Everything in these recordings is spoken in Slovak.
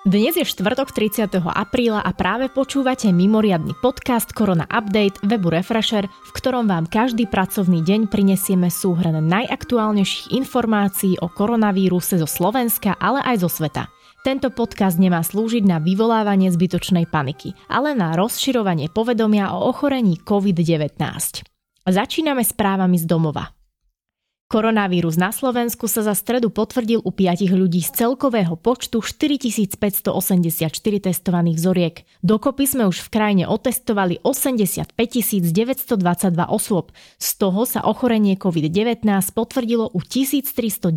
Dnes je štvrtok 30. apríla a práve počúvate mimoriadny podcast Korona Update webu Refresher, v ktorom vám každý pracovný deň prinesieme súhrn najaktuálnejších informácií o koronavíruse zo Slovenska, ale aj zo sveta. Tento podcast nemá slúžiť na vyvolávanie zbytočnej paniky, ale na rozširovanie povedomia o ochorení COVID-19. Začíname správami z domova. Koronavírus na Slovensku sa za stredu potvrdil u 5 ľudí z celkového počtu 4584 testovaných vzoriek. Dokopy sme už v krajine otestovali 85 922 osôb. Z toho sa ochorenie COVID-19 potvrdilo u 1396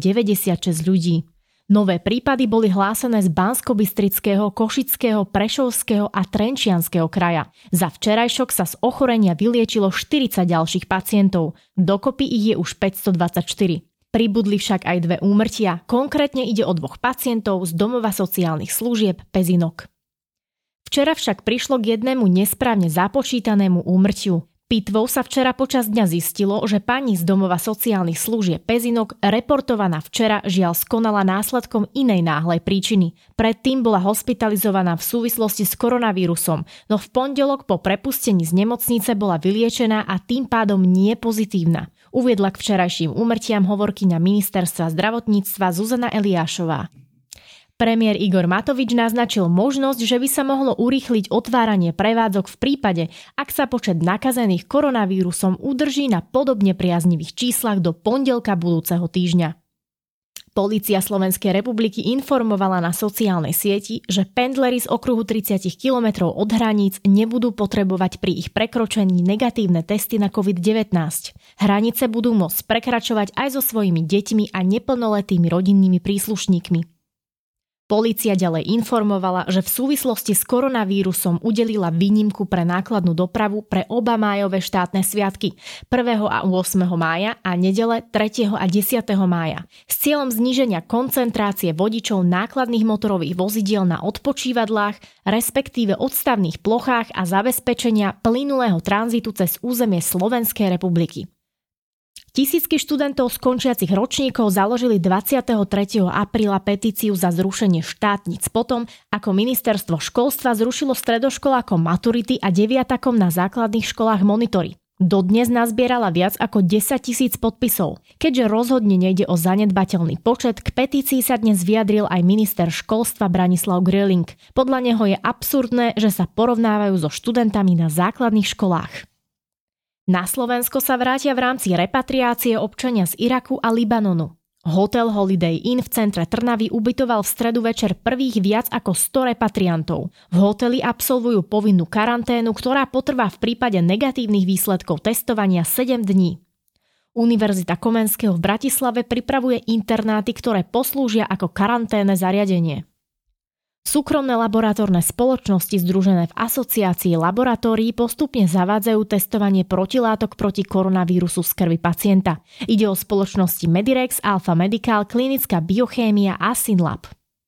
ľudí. Nové prípady boli hlásené z Banskobystrického, Košického, Prešovského a Trenčianskeho kraja. Za včerajšok sa z ochorenia vyliečilo 40 ďalších pacientov. Dokopy ich je už 524. Pribudli však aj 2 úmrtia. Konkrétne ide o 2 pacientov z domova sociálnych služieb Pezinok. Včera však prišlo k jednému nesprávne započítanému úmrtiu. Pitvou sa včera počas dňa zistilo, že pani z domova sociálnych služieb Pezinok, reportovaná včera, žiaľ skonala následkom inej náhlej príčiny. Predtým bola hospitalizovaná v súvislosti s koronavírusom, no v pondelok po prepustení z nemocnice bola vyliečená a tým pádom nie pozitívna. Uviedla k včerajším úmrtiam hovorkyňa ministerstva zdravotníctva Zuzana Eliášová. Premiér Igor Matovič naznačil možnosť, že by sa mohlo urýchliť otváranie prevádzok v prípade, ak sa počet nakazených koronavírusom udrží na podobne priaznivých číslach do pondelka budúceho týždňa. Polícia Slovenskej republiky informovala na sociálnej sieti, že pendleri z okruhu 30 km od hraníc nebudú potrebovať pri ich prekročení negatívne testy na COVID-19. Hranice budú môcť prekračovať aj so svojimi deťmi a neplnoletými rodinnými príslušníkmi. Polícia ďalej informovala, že v súvislosti s koronavírusom udelila výnimku pre nákladnú dopravu pre oba májové štátne sviatky 1. a 8. mája a nedele 3. a 10. mája s cieľom zníženia koncentrácie vodičov nákladných motorových vozidiel na odpočívadlách, respektíve odstavných plochách a zabezpečenia plynulého tranzitu cez územie Slovenskej republiky. Tisícky študentov z končiacich ročníkov založili 23. apríla petíciu za zrušenie štátnic potom, ako ministerstvo školstva zrušilo stredoškolákom maturity a deviatakom na základných školách monitory. Dodnes nazbierala viac ako 10 000 podpisov. Keďže rozhodne nejde o zanedbateľný počet, k petícii sa dnes vyjadril aj minister školstva Branislav Gröling. Podľa neho je absurdné, že sa porovnávajú so študentami na základných školách. Na Slovensko sa vrátia v rámci repatriácie občania z Iraku a Libanonu. Hotel Holiday Inn v centre Trnavy ubytoval v stredu večer prvých viac ako 100 repatriantov. V hoteli absolvujú povinnú karanténu, ktorá potrvá v prípade negatívnych výsledkov testovania 7 dní. Univerzita Komenského v Bratislave pripravuje internáty, ktoré poslúžia ako karanténne zariadenie. Súkromné laboratórne spoločnosti združené v asociácii laboratórií postupne zavádzajú testovanie protilátok proti koronavírusu z krvi pacienta. Ide o spoločnosti Medirex, Alfa Medical, Klinická biochémia a Synlab.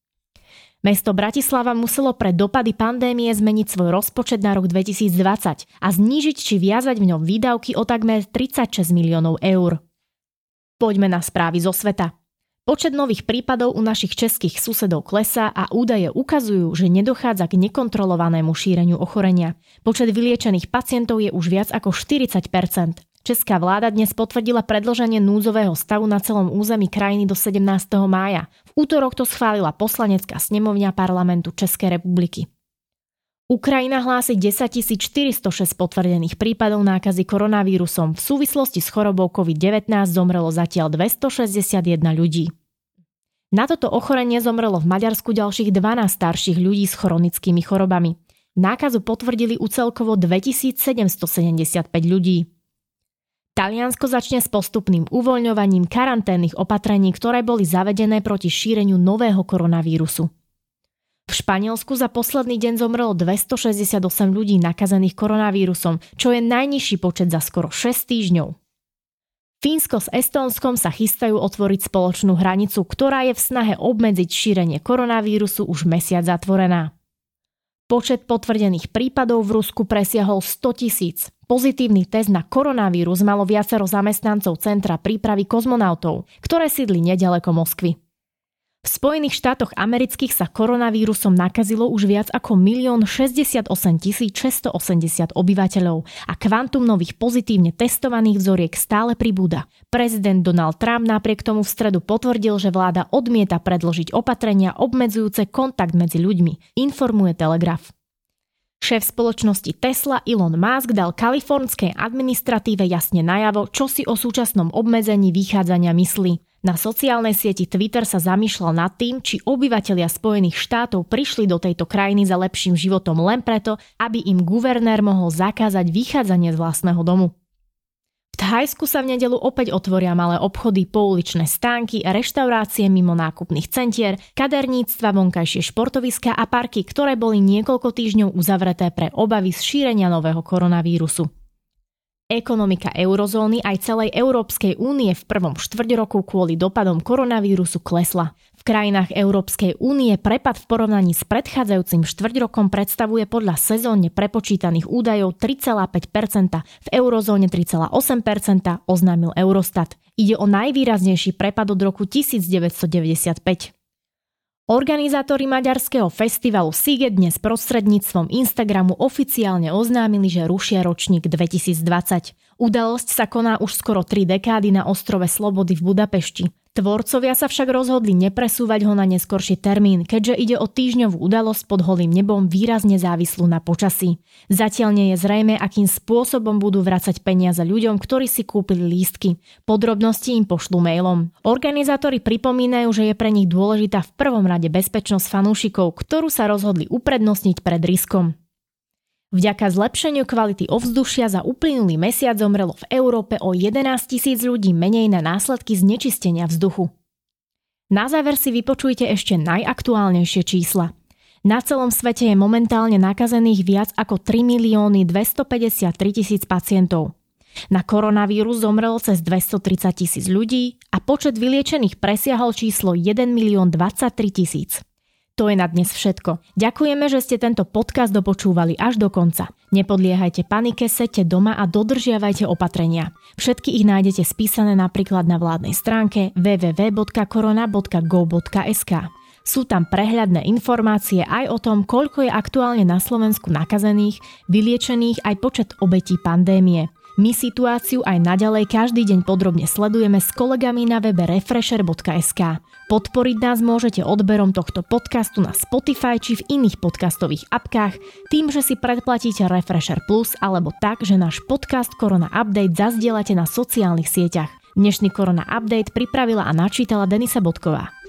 Mesto Bratislava muselo pre dopady pandémie zmeniť svoj rozpočet na rok 2020 a znížiť či viazať v ňom výdavky o takmer 36 miliónov eur. Poďme na správy zo sveta. Počet nových prípadov u našich českých susedov klesá a údaje ukazujú, že nedochádza k nekontrolovanému šíreniu ochorenia. Počet vyliečených pacientov je už viac ako 40%. Česká vláda dnes potvrdila predĺženie núdzového stavu na celom území krajiny do 17. mája. V útorok to schválila poslanecká snemovňa Parlamentu Českej republiky. Ukrajina hlási 10 406 potvrdených prípadov nákazy koronavírusom. V súvislosti s chorobou COVID-19 zomrelo zatiaľ 261 ľudí. Na toto ochorenie zomrelo v Maďarsku ďalších 12 starších ľudí s chronickými chorobami. Nákazu potvrdili u celkovo 2775 ľudí. Taliansko začne s postupným uvoľňovaním karanténnych opatrení, ktoré boli zavedené proti šíreniu nového koronavírusu. V Španielsku za posledný deň zomrelo 268 ľudí nakazených koronavírusom, čo je najnižší počet za skoro 6 týždňov. Fínsko s Estónskom sa chystajú otvoriť spoločnú hranicu, ktorá je v snahe obmedziť šírenie koronavírusu už mesiac zatvorená. Počet potvrdených prípadov v Rusku presiahol 100 000. Pozitívny test na koronavírus malo viacero zamestnancov Centra prípravy kozmonautov, ktoré sídli neďaleko Moskvy. V Spojených štátoch amerických sa koronavírusom nakazilo už viac ako 1 068 680 obyvateľov a kvantum nových pozitívne testovaných vzoriek stále pribúda. Prezident Donald Trump napriek tomu v stredu potvrdil, že vláda odmieta predložiť opatrenia obmedzujúce kontakt medzi ľuďmi, informuje Telegraph. Šéf spoločnosti Tesla Elon Musk dal kalifornskej administratíve jasne najavo, čo si o súčasnom obmedzení vychádzania myslí. Na sociálnej sieti Twitter sa zamýšľal nad tým, či obyvatelia Spojených štátov prišli do tejto krajiny za lepším životom len preto, aby im guvernér mohol zakázať vychádzanie z vlastného domu. V Thajsku sa v nedeľu opäť otvoria malé obchody, pouličné stánky, reštaurácie mimo nákupných centier, kaderníctva, vonkajšie športoviská a parky, ktoré boli niekoľko týždňov uzavreté pre obavy z šírenia nového koronavírusu. Ekonomika eurozóny aj celej Európskej únie v prvom štvrťroku kvôli dopadom koronavírusu klesla. V krajinách Európskej únie prepad v porovnaní s predchádzajúcim štvrťrokom predstavuje podľa sezónne prepočítaných údajov 3,5%, v eurozóne 3,8%, oznámil Eurostat. Ide o najvýraznejší prepad od roku 1995. Organizátori maďarského festivalu Sziget dnes prostredníctvom Instagramu oficiálne oznámili, že rušia ročník 2020. Udalosť sa koná už skoro 3 dekády na ostrove Slobody v Budapešti. Tvorcovia sa však rozhodli nepresúvať ho na neskorší termín, keďže ide o týždňovú udalosť pod holým nebom výrazne závislú na počasí. Zatiaľ nie je zrejmé, akým spôsobom budú vracať peniaze ľuďom, ktorí si kúpili lístky. Podrobnosti im pošlú mailom. Organizátori pripomínajú, že je pre nich dôležitá v prvom rade bezpečnosť fanúšikov, ktorú sa rozhodli uprednostniť pred riskom. Vďaka zlepšeniu kvality ovzdušia za uplynulý mesiac zomrelo v Európe o 11 000 ľudí menej na následky znečistenia vzduchu. Na záver si vypočujte ešte najaktuálnejšie čísla. Na celom svete je momentálne nakazených viac ako 3 253 000 pacientov. Na koronavírus zomrelo cez 230 000 ľudí a počet vyliečených presiahol číslo 1 023 000. To je na dnes všetko. Ďakujeme, že ste tento podcast dopočúvali až do konca. Nepodliehajte panike, seďte doma a dodržiavajte opatrenia. Všetky ich nájdete spísané napríklad na vládnej stránke www.corona.gov.sk. Sú tam prehľadné informácie aj o tom, koľko je aktuálne na Slovensku nakazených, vyliečených aj počet obetí pandémie. My situáciu aj naďalej každý deň podrobne sledujeme s kolegami na webe refresher.sk. Podporiť nás môžete odberom tohto podcastu na Spotify či v iných podcastových apkách, tým, že si predplatíte Refresher Plus alebo tak, že náš podcast Korona Update zazdielate na sociálnych sieťach. Dnešný Korona Update pripravila a načítala Denisa Bodková.